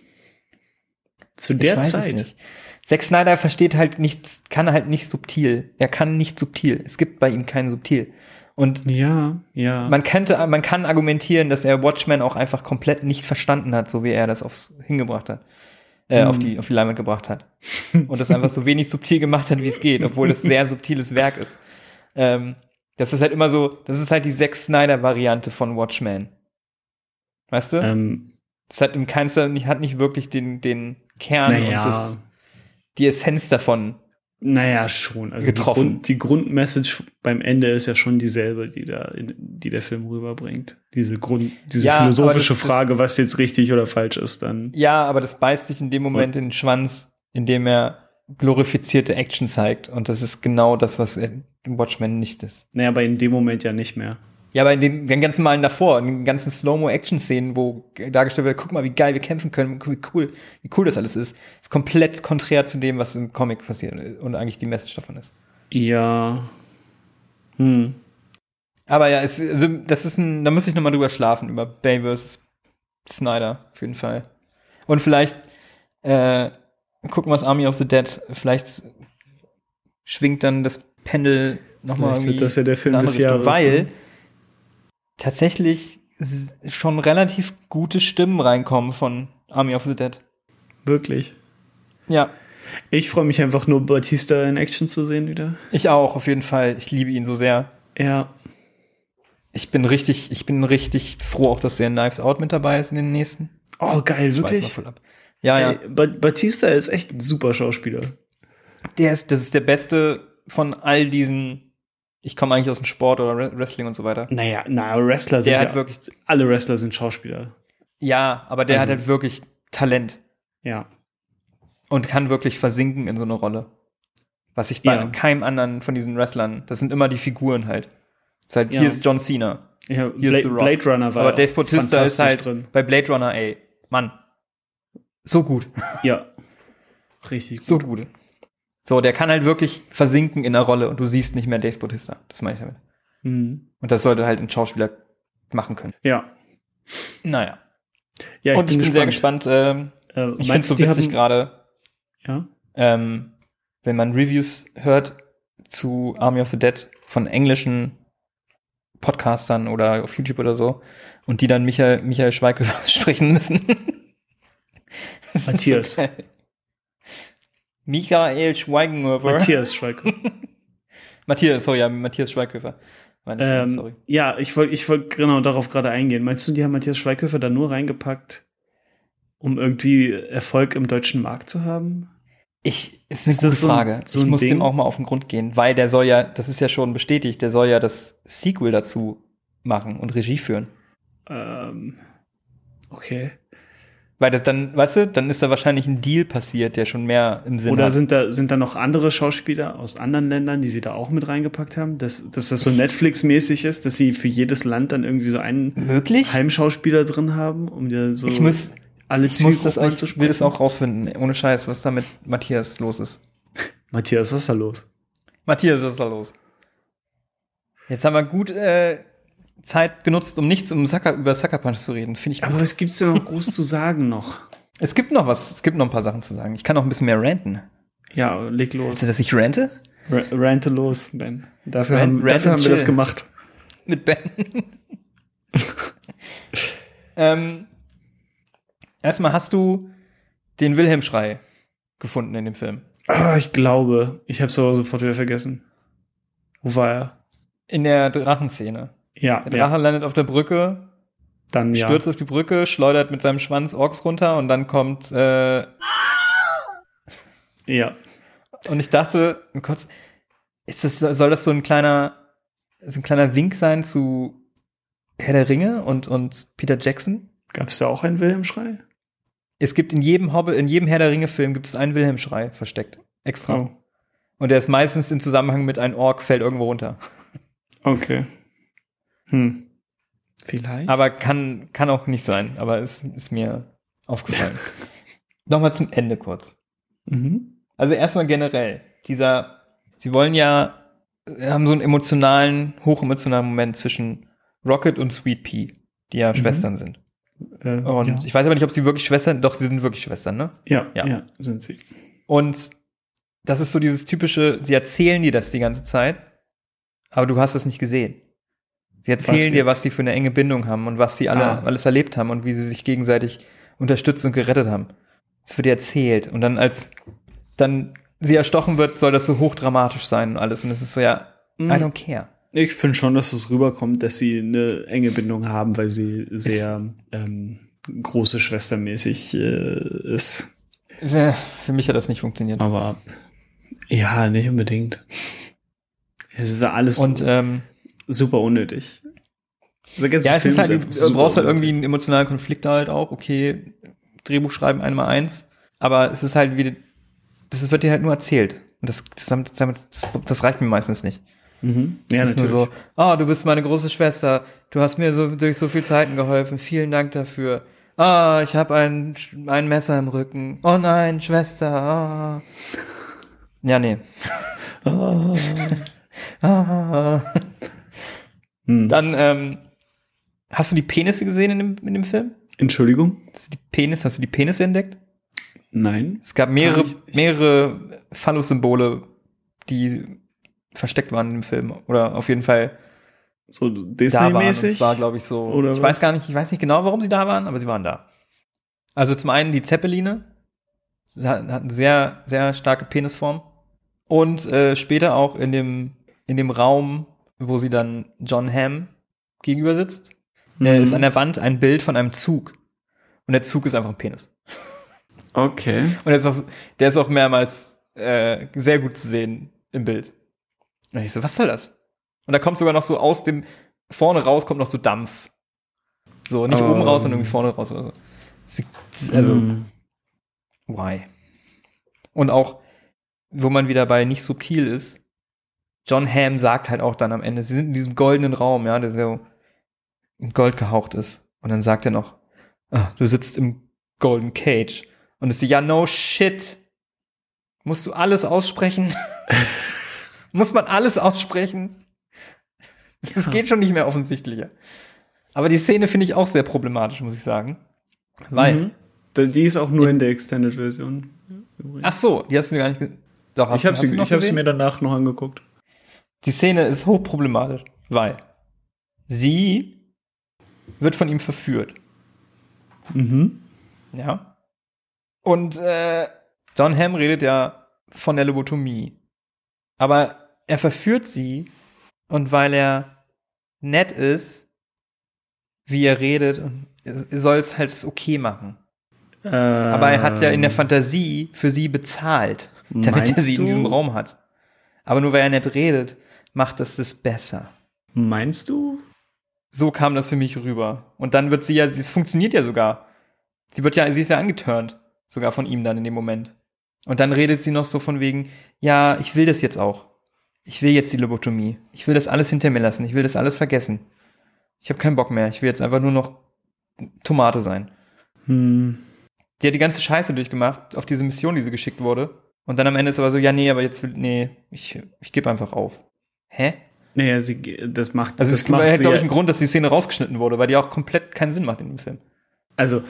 Zu der Ich weiß Zeit. es nicht. Zack Snyder versteht halt nichts, kann halt nicht subtil. Er kann nicht subtil. Es gibt bei ihm kein Subtil. Und Ja. man kann argumentieren, dass er Watchmen auch einfach komplett nicht verstanden hat, so wie er das hingebracht hat. Auf die Leinwand gebracht hat. Und das einfach so wenig subtil gemacht hat, wie es geht, obwohl das sehr subtiles Werk ist. Das ist halt immer so, das ist halt die Zack Snyder-Variante von Watchmen. Weißt du? Es hat im keinster, hat nicht wirklich den Kern und die Essenz davon. Naja, schon. Also getroffen. Die Grundmessage beim Ende ist ja schon dieselbe, die der Film rüberbringt. Diese philosophische Frage, was jetzt richtig oder falsch ist, dann. Ja, aber das beißt sich in dem Moment in den Schwanz, in dem er glorifizierte Action zeigt. Und das ist genau das, was in Watchmen nicht ist. Naja, aber in dem Moment ja nicht mehr. Ja, aber in den ganzen Malen davor, in den ganzen Slow-Mo-Action-Szenen, wo dargestellt wird, guck mal, wie geil wir kämpfen können, wie cool das alles ist komplett konträr zu dem, was im Comic passiert und eigentlich die Message davon ist. Ja. Aber ja, da muss ich nochmal drüber schlafen, über Bay vs. Snyder, auf jeden Fall. Und vielleicht gucken, was Army of the Dead, vielleicht schwingt dann das Pendel nochmal irgendwie wird das ja der Film in eine des andere Richtung, Jahres, weil ne? tatsächlich schon relativ gute Stimmen reinkommen von Army of the Dead. Wirklich. Ja. Ich freue mich einfach nur, Batista in Action zu sehen wieder. Ich auch, auf jeden Fall. Ich liebe ihn so sehr. Ja. Ich bin richtig froh auch, dass der Knives Out mit dabei ist in den nächsten. Oh, geil, wirklich? Mal voll ab. Ja. Ey, Batista ist echt ein super Schauspieler. Das ist der beste von all diesen. Ich komme eigentlich aus dem Sport oder Wrestling und so weiter. Naja, Wrestler sind alle Wrestler sind Schauspieler. Ja, aber der hat halt wirklich Talent. Ja. Und kann wirklich versinken in so eine Rolle. Was ich bei keinem anderen von diesen Wrestlern, das sind immer die Figuren halt. Das ist halt, hier ist John Cena. Ja, hier ist The Rock. Blade Runner war aber Dave Bautista ist halt drin. Bei Blade Runner, ey, Mann. So gut. Ja. Richtig gut. So gut. So, der kann halt wirklich versinken in der Rolle und du siehst nicht mehr Dave Bautista. Das meine ich damit. Mhm. Und das sollte halt ein Schauspieler machen können. Ja. Naja. Ja, und ich bin sehr gespannt. Ich finde es so witzig gerade. Ja. Wenn man Reviews hört zu Army of the Dead von englischen Podcastern oder auf YouTube oder so und die dann Michael Schweighöfer sprechen müssen. Matthias. So Michael Schweighöfer. Matthias Schweighöfer. Matthias Schweighöfer. Sorry. Ja, ich wollte genau darauf gerade eingehen. Meinst du, die haben Matthias Schweighöfer da nur reingepackt, um irgendwie Erfolg im deutschen Markt zu haben? Ist eine gute Frage. Ich muss dem auch mal auf den Grund gehen, weil der soll ja, das ist ja schon bestätigt, der soll ja das Sequel dazu machen und Regie führen. Okay. Weil das dann, weißt du, dann ist da wahrscheinlich ein Deal passiert, der schon mehr im Sinn hat. Oder hat. sind da noch andere Schauspieler aus anderen Ländern, die sie da auch mit reingepackt haben? Dass das so Netflix-mäßig ist, dass sie für jedes Land dann irgendwie so einen Heimschauspieler drin haben, um dir so alle Zielgruppen anzusprechen? Ich will das auch rausfinden, ohne Scheiß, was da mit Matthias los ist. Matthias, was ist da los? Matthias, was ist da los? Jetzt haben wir gut Zeit genutzt, um nichts über Sucker Punch zu reden. Finde ich gut. Aber was gibt's denn noch groß zu sagen noch? Es gibt noch ein paar Sachen zu sagen. Ich kann auch ein bisschen mehr ranten. Ja, leg los. Willst du, dass ich rante? Rante los, Ben. Dafür haben wir das gemacht. Mit Ben. Erstmal, hast du den Wilhelm-Schrei gefunden in dem Film? Ich glaube. Ich habe es aber sofort wieder vergessen. Wo war er? In der Drachenszene. Ja. Der Drache landet auf der Brücke, dann stürzt auf die Brücke, schleudert mit seinem Schwanz Orks runter und dann kommt Ja. Und ich dachte, oh Gott, soll das so ein kleiner Wink sein zu Herr der Ringe und Peter Jackson? Gab es da auch einen Wilhelm-Schrei? Es gibt in jedem Herr der Ringe-Film gibt es einen Wilhelm-Schrei versteckt. Extra. Oh. Und der ist meistens im Zusammenhang mit einem Ork fällt irgendwo runter. Okay. Vielleicht. Aber kann auch nicht sein. Aber es ist mir aufgefallen. Nochmal zum Ende kurz. Mhm. Also erstmal generell. Sie haben so einen hochemotionalen Moment zwischen Rocket und Sweet Pea, die ja Schwestern sind. Und ich weiß aber nicht, ob sie wirklich Schwestern, doch, sie sind wirklich Schwestern, ne? Ja, Ja. sind sie. Und das ist so dieses typische, sie erzählen dir das die ganze Zeit, aber du hast es nicht gesehen. Sie erzählen dir, was sie für eine enge Bindung haben und was sie alles erlebt haben und wie sie sich gegenseitig unterstützt und gerettet haben. Das wird dir erzählt. Und dann, als dann sie erstochen wird, soll das so hochdramatisch sein und alles. Und es ist so, ja, I don't care. Ich finde schon, dass es rüberkommt, dass sie eine enge Bindung haben, weil sie sehr große Schwestermäßig ist. Für mich hat das nicht funktioniert. Aber ja, nicht unbedingt. Es war alles super unnötig. Ja, es ist halt, du brauchst halt irgendwie einen emotionalen Konflikt halt auch. Okay, Drehbuch schreiben 1x1, aber es ist halt wie, das wird dir halt nur erzählt. Und das reicht mir meistens nicht. Mhm. Ja, es ist natürlich nur so, du bist meine große Schwester, du hast mir so durch so viele Zeiten geholfen, vielen Dank dafür. Ich habe ein Messer im Rücken. Oh nein, Schwester. Ja, nee. Dann, hast du die Penisse gesehen in dem Film? Entschuldigung? Hast du die Penisse entdeckt? Nein. Es gab mehrere Phallus-Symbole, die versteckt waren im Film. Oder auf jeden Fall so Disney-mäßig? Das war, glaube ich, so. Oder ich weiß nicht genau, warum sie da waren, aber sie waren da. Also zum einen die Zeppeline. Sie hatten eine sehr, sehr starke Penisform. Und später auch in dem Raum, wo sie dann John Hamm gegenüber sitzt, ist an der Wand ein Bild von einem Zug. Und der Zug ist einfach ein Penis. Okay. Und der ist auch mehrmals sehr gut zu sehen im Bild. Und ich so, was soll das? Und da kommt sogar noch so vorne raus kommt noch so Dampf. So, nicht oben raus, sondern irgendwie vorne raus oder so. Also, why? Und auch, wo man wieder bei nicht subtil ist, John Hamm sagt halt auch dann am Ende, sie sind in diesem goldenen Raum, ja, der so in Gold gehaucht ist. Und dann sagt er noch, du sitzt im Golden Cage. Und ist so, ja, no shit. Musst du alles aussprechen? Muss man alles aussprechen? Das geht schon nicht mehr offensichtlicher. Aber die Szene finde ich auch sehr problematisch, muss ich sagen. Weil. Die ist auch nur in der Extended-Version. Ach so, die hast du gar nicht gesehen. Doch, ich habe sie mir danach noch angeguckt. Die Szene ist hochproblematisch, weil sie wird von ihm verführt. Ja. Und John Hamm redet ja von der Lobotomie. Aber er verführt sie und weil er nett ist, wie er redet, und soll es halt okay machen. Aber er hat ja in der Fantasie für sie bezahlt, damit er sie in diesem Raum hat. Aber nur weil er nett redet, macht das besser. Meinst du? So kam das für mich rüber. Und dann wird es funktioniert ja sogar. Sie ist ja angeturnt, sogar von ihm dann in dem Moment. Und dann redet sie noch so von wegen, ja, ich will das jetzt auch. Ich will jetzt die Lobotomie. Ich will das alles hinter mir lassen. Ich will das alles vergessen. Ich habe keinen Bock mehr. Ich will jetzt einfach nur noch Tomate sein. Die hat die ganze Scheiße durchgemacht auf diese Mission, die sie geschickt wurde. Und dann am Ende ist aber so, ja, nee, aber jetzt ich gebe einfach auf. Hä? Naja, das macht. Also es war, glaube ich, ein Grund, dass die Szene rausgeschnitten wurde, weil die auch komplett keinen Sinn macht in dem Film. Also,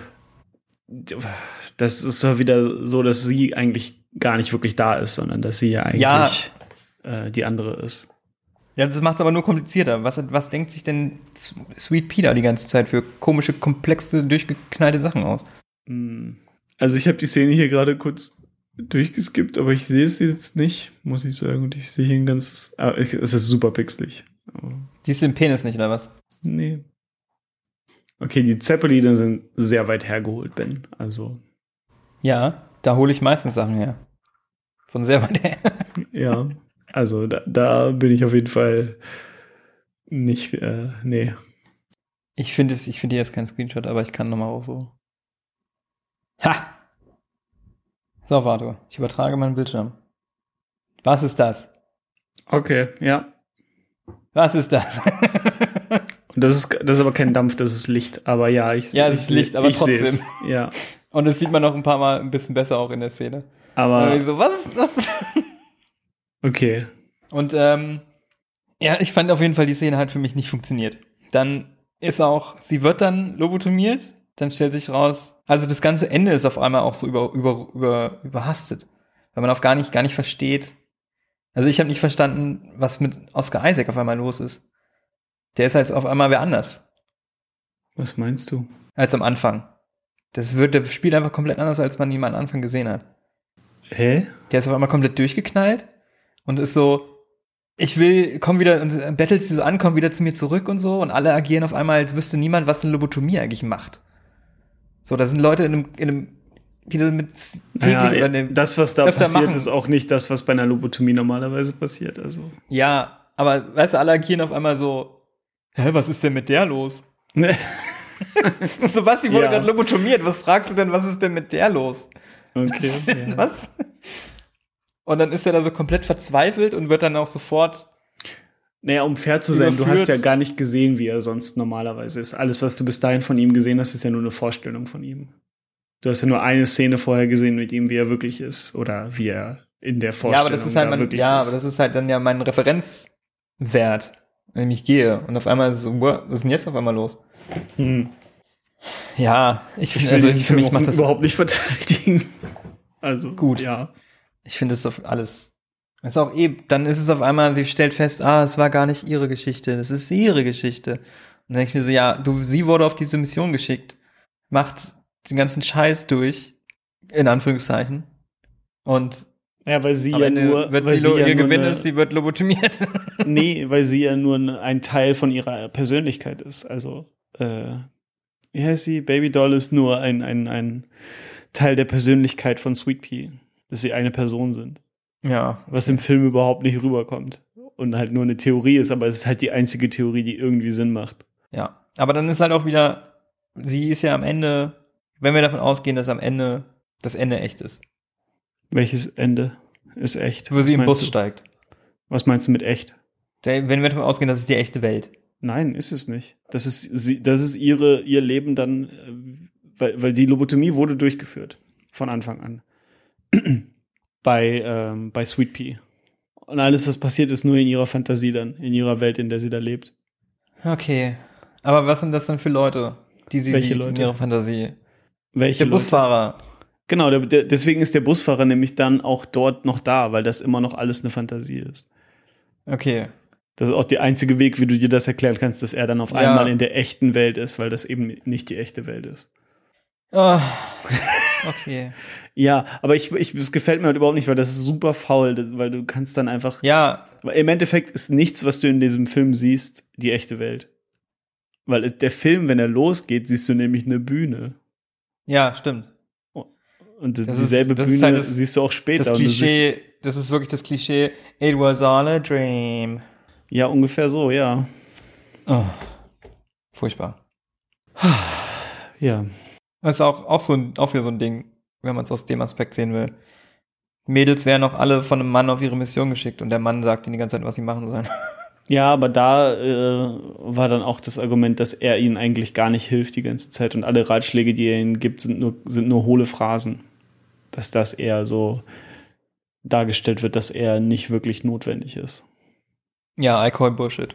das ist ja wieder so, dass sie eigentlich gar nicht wirklich da ist, sondern dass sie ja eigentlich die andere ist. Ja, das macht es aber nur komplizierter. Was denkt sich denn Sweet Peter die ganze Zeit für komische, komplexe, durchgeknallte Sachen aus? Also ich habe die Szene hier gerade kurz durchgeskippt, aber ich sehe es jetzt nicht, muss ich sagen. Und ich sehe hier ein ganzes... es ist super pixelig. Siehst du den Penis nicht, oder was? Nee. Okay, die Zeppeline sind sehr weit hergeholt, Ben. Also... Ja, da hole ich meistens Sachen her. Von sehr weit her. Ja, also da bin ich auf jeden Fall nicht... nee. Ich finde jetzt kein Screenshot, aber ich kann nochmal auch so... Ha! So, warte. Ich übertrage meinen Bildschirm. Was ist das? Okay, ja. Was ist das? Und das ist aber kein Dampf, das ist Licht. Aber ja, es ist Licht, aber trotzdem. Seh's. Ja. Und das sieht man noch ein paar Mal ein bisschen besser auch in der Szene. Aber ich so, was ist das? Okay. Und ich fand auf jeden Fall, die Szene hat für mich nicht funktioniert. Dann ist sie wird dann lobotomiert. dann stellt sich raus, also das ganze Ende ist auf einmal auch so überhastet, weil man gar nicht versteht. Also ich habe nicht verstanden, was mit Oscar Isaac auf einmal los ist. Der ist halt auf einmal wer anders Was meinst du? als am Anfang. Der spielt einfach komplett anders, als man ihn am Anfang gesehen hat. Hä? Der ist auf einmal komplett durchgeknallt und ist so, komm wieder und bettelt sie so an, komm wieder zu mir zurück und so und alle agieren auf einmal, als wüsste niemand, was eine Lobotomie eigentlich macht. So, da sind Leute in einem die das mit täglich oder das, was da passiert, machen. ist auch nicht das, was bei einer Lobotomie normalerweise passiert. Also. Ja, aber weißt du, alle agieren auf einmal so, was ist denn mit der los? So, Basti wurde gerade lobotomiert, was fragst du denn, was ist denn mit der los? Okay. Ja. Was? Und dann ist er da so komplett verzweifelt und wird dann auch sofort. Naja, um fair zu sein, du hast ja gar nicht gesehen, wie er sonst normalerweise ist. Alles, was du bis dahin von ihm gesehen hast, ist ja nur eine Vorstellung von ihm. Du hast ja nur eine Szene vorher gesehen mit ihm, wie er wirklich ist oder wie er in der Vorstellung aber das ist halt aber das ist halt dann ja mein Referenzwert, wenn ich mich gehe. Und auf einmal ist es so, was ist denn jetzt auf einmal los? Ja, ich finde, für mich macht das überhaupt nicht verteidigen. Also gut. Ja. Ich finde es auf alles. Ist auch dann ist es auf einmal, sie stellt fest, es war gar nicht ihre Geschichte, das ist ihre Geschichte. Und dann denke ich mir so, sie wurde auf diese Mission geschickt, macht den ganzen Scheiß durch, in Anführungszeichen. Und weil sie am Ende ihr Gewinn ist, sie wird lobotomiert. Nee, weil sie ja nur ein Teil von ihrer Persönlichkeit ist. Also, wie heißt sie? Baby Doll ist nur ein Teil der Persönlichkeit von Sweet Pea, dass sie eine Person sind. Ja. Was im Film überhaupt nicht rüberkommt. Und halt nur eine Theorie ist, aber es ist halt die einzige Theorie, die irgendwie Sinn macht. Ja, aber dann ist halt auch wieder, sie ist ja am Ende, wenn wir davon ausgehen, dass am Ende das Ende echt ist. Welches Ende ist echt? Wo sie im Bus steigt. Was meinst du mit echt? Wenn wir davon ausgehen, das ist die echte Welt. Nein, ist es nicht. Das ist ihr Leben dann, weil die Lobotomie wurde durchgeführt. Von Anfang an. bei Sweet Pea. Und alles, was passiert, ist nur in ihrer Fantasie dann, in ihrer Welt, in der sie da lebt. Okay. Aber was sind das denn für Leute, die sie sieht in ihrer Fantasie? Welche Der Busfahrer. Genau, deswegen ist der Busfahrer nämlich dann auch dort noch da, weil das immer noch alles eine Fantasie ist. Okay. Das ist auch der einzige Weg, wie du dir das erklären kannst, dass er dann auf einmal in der echten Welt ist, weil das eben nicht die echte Welt ist. Oh, okay. Ja, aber es gefällt mir halt überhaupt nicht, weil das ist super faul, weil du kannst dann einfach. Ja. Im Endeffekt ist nichts, was du in diesem Film siehst, die echte Welt. Weil der Film, wenn er losgeht, siehst du nämlich eine Bühne. Ja, stimmt. Und dieselbe Bühne halt siehst du auch später. Das Klischee, das ist wirklich das Klischee, it was all a dream. Ja, ungefähr so, ja. Oh, furchtbar. Ja. Das ist auch wieder so ein Ding, wenn man es aus dem Aspekt sehen will. Mädels werden auch alle von einem Mann auf ihre Mission geschickt und der Mann sagt ihnen die ganze Zeit, was sie machen sollen. Ja, aber da war dann auch das Argument, dass er ihnen eigentlich gar nicht hilft die ganze Zeit und alle Ratschläge, die er ihnen gibt, sind nur hohle Phrasen. Dass das eher so dargestellt wird, dass er nicht wirklich notwendig ist. Ja, I call Bullshit.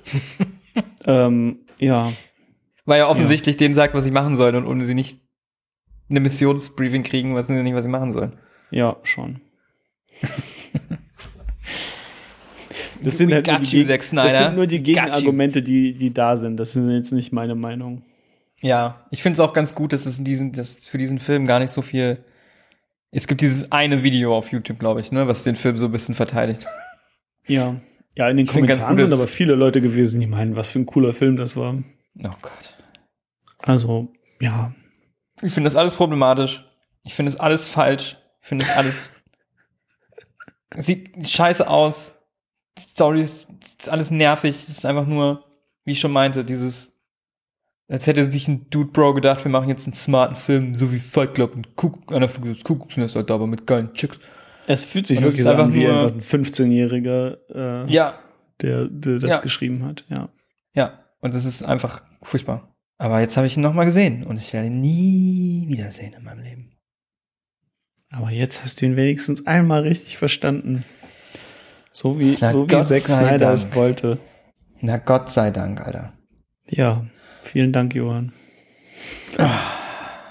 Ja. Weil er offensichtlich denen sagt, was sie machen sollen und ohne sie nicht eine Missionsbriefing kriegen, wissen sie nicht, was sie machen sollen. Ja, schon. Das sind halt nur die Gegenargumente, die da sind. Das sind jetzt nicht meine Meinung. Ja, ich finde es auch ganz gut, dass für diesen Film gar nicht so viel. Es gibt dieses eine Video auf YouTube, glaube ich, ne, was den Film so ein bisschen verteidigt. Ja. Ja, in den Kommentaren sind aber viele Leute gewesen, die meinen, was für ein cooler Film das war. Oh Gott. Also, ja. Ich finde das alles problematisch. Ich finde das alles falsch. Ich finde das alles sieht scheiße aus. Die Story ist alles nervig. Es ist einfach nur, wie ich schon meinte, als hätte sich ein Dude Bro gedacht, wir machen jetzt einen smarten Film, so wie Fight Club und einer für das Kuckucksnest, Alter, aber mit geilen Chicks. Es fühlt sich wirklich so an wie einfach ein 15-Jähriger, der das geschrieben hat, ja. Ja, und das ist einfach furchtbar. Aber jetzt habe ich ihn nochmal gesehen und ich werde ihn nie wiedersehen in meinem Leben. Aber jetzt hast du ihn wenigstens einmal richtig verstanden. So wie Zack Snyder es wollte. Na Gott sei Dank, Alter. Ja, vielen Dank, Johann.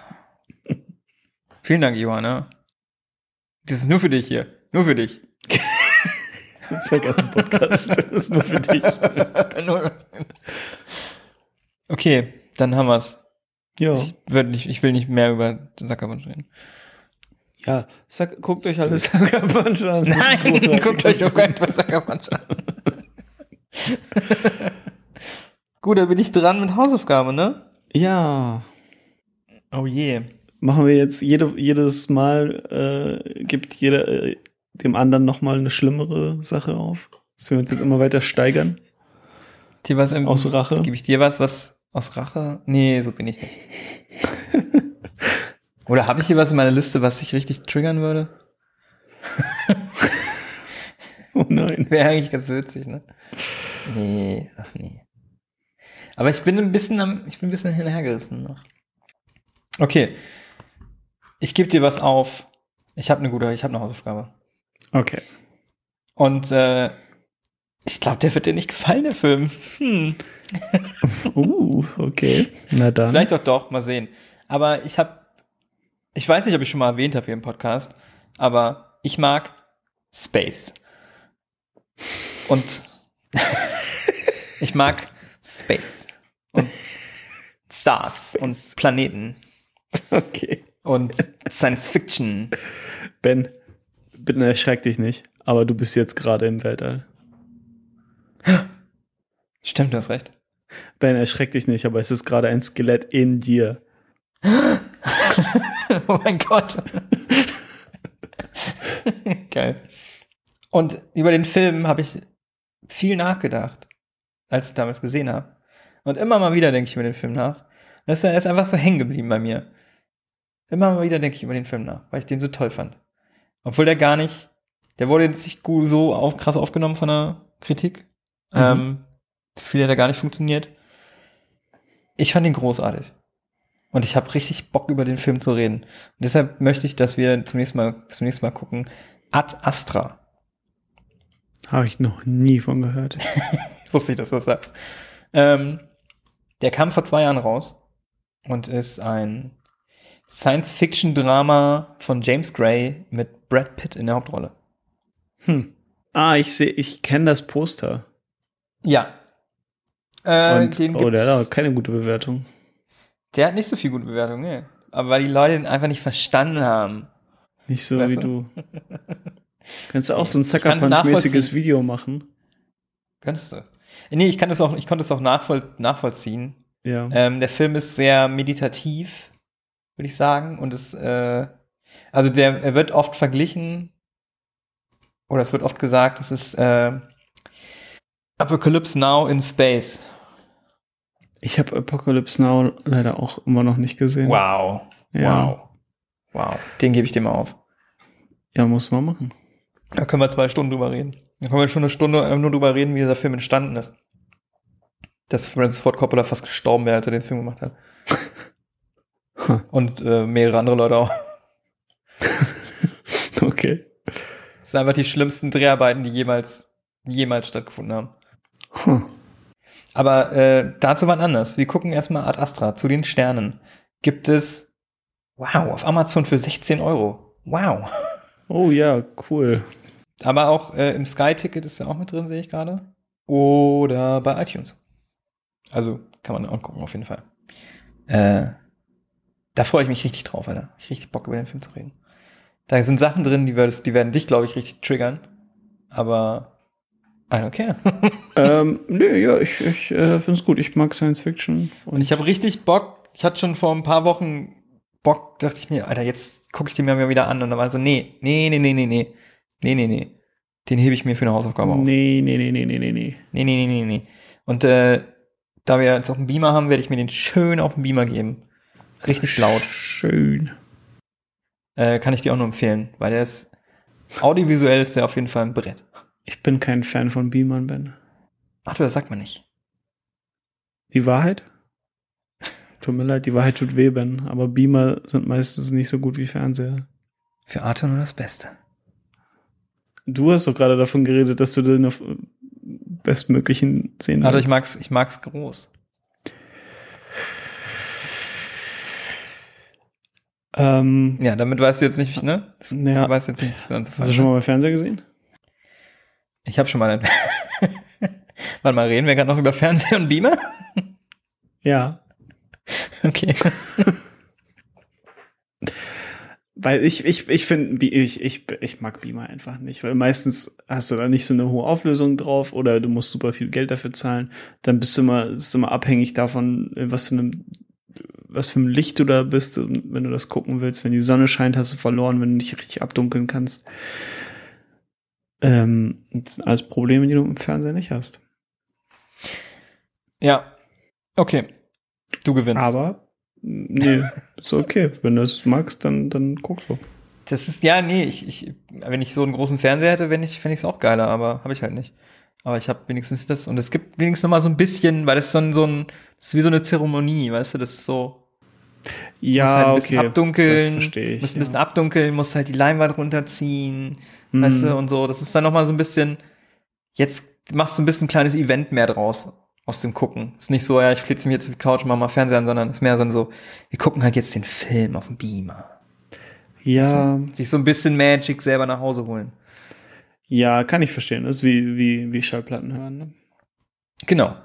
Vielen Dank, Johanna. Das ist nur für dich hier. Nur für dich. Das ist der ganze Podcast. Das ist nur für dich. Okay, dann haben wir's. Ja. Ich will nicht mehr über Sucker Punch reden. Ja, guckt euch alles Sucker Punch an. Nein, guckt euch auf keinen Fall Sucker Punch an. Gut, dann bin ich dran mit Hausaufgabe, ne? Ja. Oh je. Machen wir jetzt jedes Mal, gibt jeder dem anderen nochmal eine schlimmere Sache auf? Dass wir uns jetzt immer weiter steigern? Dir was aus Rache? Gebe ich dir was aus Rache? Nee, so bin ich nicht. Oder habe ich hier was in meiner Liste, was dich richtig triggern würde? Oh nein. Wäre eigentlich ganz witzig, ne? Nee, ach nee. Aber ich bin ein bisschen hinterhergerissen noch. Okay. Ich gebe dir was auf. Ich habe eine Hausaufgabe. Okay. Und ich glaube, der wird dir nicht gefallen, der Film. Okay. Na dann. Vielleicht doch, mal sehen. Aber ich weiß nicht, ob ich schon mal erwähnt habe hier im Podcast, aber ich mag Space. Und ich mag Space. Und Stars Space. und Planeten. Okay. Und Science Fiction. Ben, bitte erschreck dich nicht, aber du bist jetzt gerade im Weltall. Stimmt, du hast recht. Ben, erschreck dich nicht, aber es ist gerade ein Skelett in dir. Oh mein Gott. Geil. Und über den Film habe ich viel nachgedacht, als ich damals gesehen habe. Und immer mal wieder denke ich über den Film nach. Das ist einfach so hängen geblieben bei mir. Immer mal wieder denke ich über den Film nach, weil ich den so toll fand. Obwohl der wurde jetzt nicht krass aufgenommen von der Kritik. Viel hat er gar nicht funktioniert. Ich fand ihn großartig. Und ich habe richtig Bock, über den Film zu reden. Und deshalb möchte ich, dass wir zum nächsten Mal gucken. Ad Astra. Habe ich noch nie von gehört. Wusste ich, dass du das sagst. Der kam vor 2 Jahren raus und ist ein Science-Fiction-Drama von James Gray mit Brad Pitt in der Hauptrolle. Ich kenne das Poster. Ja. Und, der der hat auch keine gute Bewertung. Der hat nicht so viel gute Bewertung, ne? Aber weil die Leute ihn einfach nicht verstanden haben. Nicht so Weißt wie du? du. Kannst du auch so ein Ich Sucker kann Punch-mäßiges nachvollziehen. Video machen? Könntest du. Nee, ich konnte es auch nachvollziehen. Ja. Der Film ist sehr meditativ, würde ich sagen. Und er wird oft verglichen, oder es wird oft gesagt, es ist Apocalypse Now in Space. Ich habe Apocalypse Now leider auch immer noch nicht gesehen. Wow. Ja. Wow. Den gebe ich dir mal auf. Ja, muss man machen. Da können wir 2 Stunden drüber reden. Da können wir schon eine Stunde nur drüber reden, wie dieser Film entstanden ist. Dass Francis Ford Coppola fast gestorben wäre, als er den Film gemacht hat. Und mehrere andere Leute auch. Okay. Das sind einfach die schlimmsten Dreharbeiten, die jemals stattgefunden haben. Aber dazu wann anders. Wir gucken erstmal Ad Astra, zu den Sternen. Gibt es, auf Amazon für 16 €. Wow. Oh ja, cool. Aber auch im Sky-Ticket ist ja auch mit drin, sehe ich gerade. Oder bei iTunes. Also kann man auch gucken, auf jeden Fall. Da freue ich mich richtig drauf, Alter. Ich hab richtig Bock, über den Film zu reden. Da sind Sachen drin, die werden dich, glaube ich, richtig triggern. Aber I don't care. Nö, ja, ich finde es gut. Ich mag Science Fiction. Und ich habe richtig Bock. Ich hatte schon vor ein paar Wochen Bock, dachte ich mir, Alter, jetzt gucke ich den mir mal wieder an. Und dann war so, nee. Den hebe ich mir für eine Hausaufgabe auf. Nee. Und da wir jetzt auch einen Beamer haben, werde ich mir den schön auf den Beamer geben. Richtig laut. Schön. Kann ich dir auch nur empfehlen, weil der ist audiovisuell ist der auf jeden Fall ein Brett. Ich bin kein Fan von Beamern, Ben. Ach du, das sagt man nicht. Die Wahrheit? Tut mir leid, die Wahrheit tut weh, Ben. Aber Beamer sind meistens nicht so gut wie Fernseher. Für Arthur nur das Beste. Du hast doch gerade davon geredet, dass du den auf bestmöglichen sehen Arthur, willst. ich mag's groß. Ja, damit weißt du jetzt nicht, ne? Ja. Du weißt jetzt nicht, wie anzufangen. Hast du schon mal bei Fernseher gesehen? Ich habe schon mal einen. Warte mal, reden wir gerade noch über Fernseher und Beamer? Ja. Okay. Weil ich finde, ich mag Beamer einfach nicht, weil meistens hast du da nicht so eine hohe Auflösung drauf oder du musst super viel Geld dafür zahlen. Dann ist es immer abhängig davon, was für ein Licht du da bist, wenn du das gucken willst. Wenn die Sonne scheint, hast du verloren, wenn du nicht richtig abdunkeln kannst. Das sind alles Probleme, die du im Fernseher nicht hast. Ja. Okay. Du gewinnst. Aber, nee, ist okay. Wenn du es magst, dann guckst du. Das ist, ja, nee, wenn ich so einen großen Fernseher hätte, fände ich es auch geiler, aber habe ich halt nicht. Aber ich habe wenigstens das, und es gibt wenigstens noch mal so ein bisschen, weil das das ist wie so eine Zeremonie, weißt du, das ist so. Ja, musst halt ein bisschen okay. abdunkeln, Das verstehe ich. musst ein bisschen abdunkeln, musst halt die Leinwand runterziehen, weißt du, und so. Das ist dann noch mal so ein bisschen, jetzt machst du ein bisschen ein kleines Event mehr draus, aus dem Gucken. Ist nicht so, ja, ich flitze mich jetzt auf die Couch und mach mal Fernseher an, sondern ist mehr so, wir gucken halt jetzt den Film auf dem Beamer. Ja. Sich so ein bisschen Magic selber nach Hause holen. Ja, kann ich verstehen. Das ist wie Schallplatten hören, ne? Genau.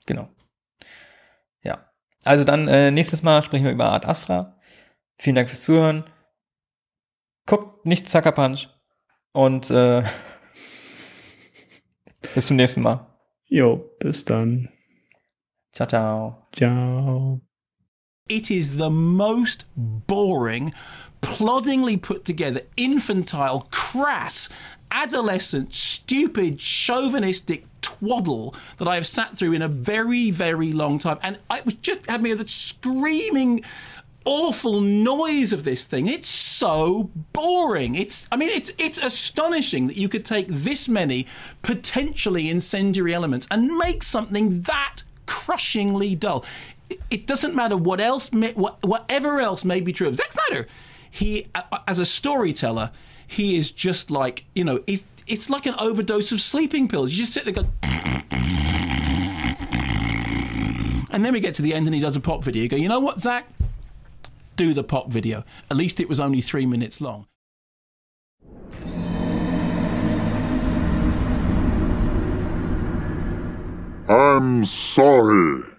Ja. Also dann, nächstes Mal sprechen wir über Ad Astra. Vielen Dank fürs Zuhören. Guckt nicht Sucker Punch. Und bis zum nächsten Mal. Jo, bis dann. Ciao, ciao. Ciao. It is the most boring, ploddingly put together, infantile, crass, adolescent, stupid, chauvinistic twaddle that I have sat through in a very, very long time. And I was just had me the screaming, awful noise of this thing. It's so boring. It's astonishing that you could take this many potentially incendiary elements and make something that crushingly dull. It doesn't matter whatever else may be true of Zack Snyder. He, as a storyteller, he is just like, it's like an overdose of sleeping pills. You just sit there and go, and then we get to the end and he does a pop video. You go, you know what, Zack? Do the pop video. At least it was only 3 minutes long. I'm sorry.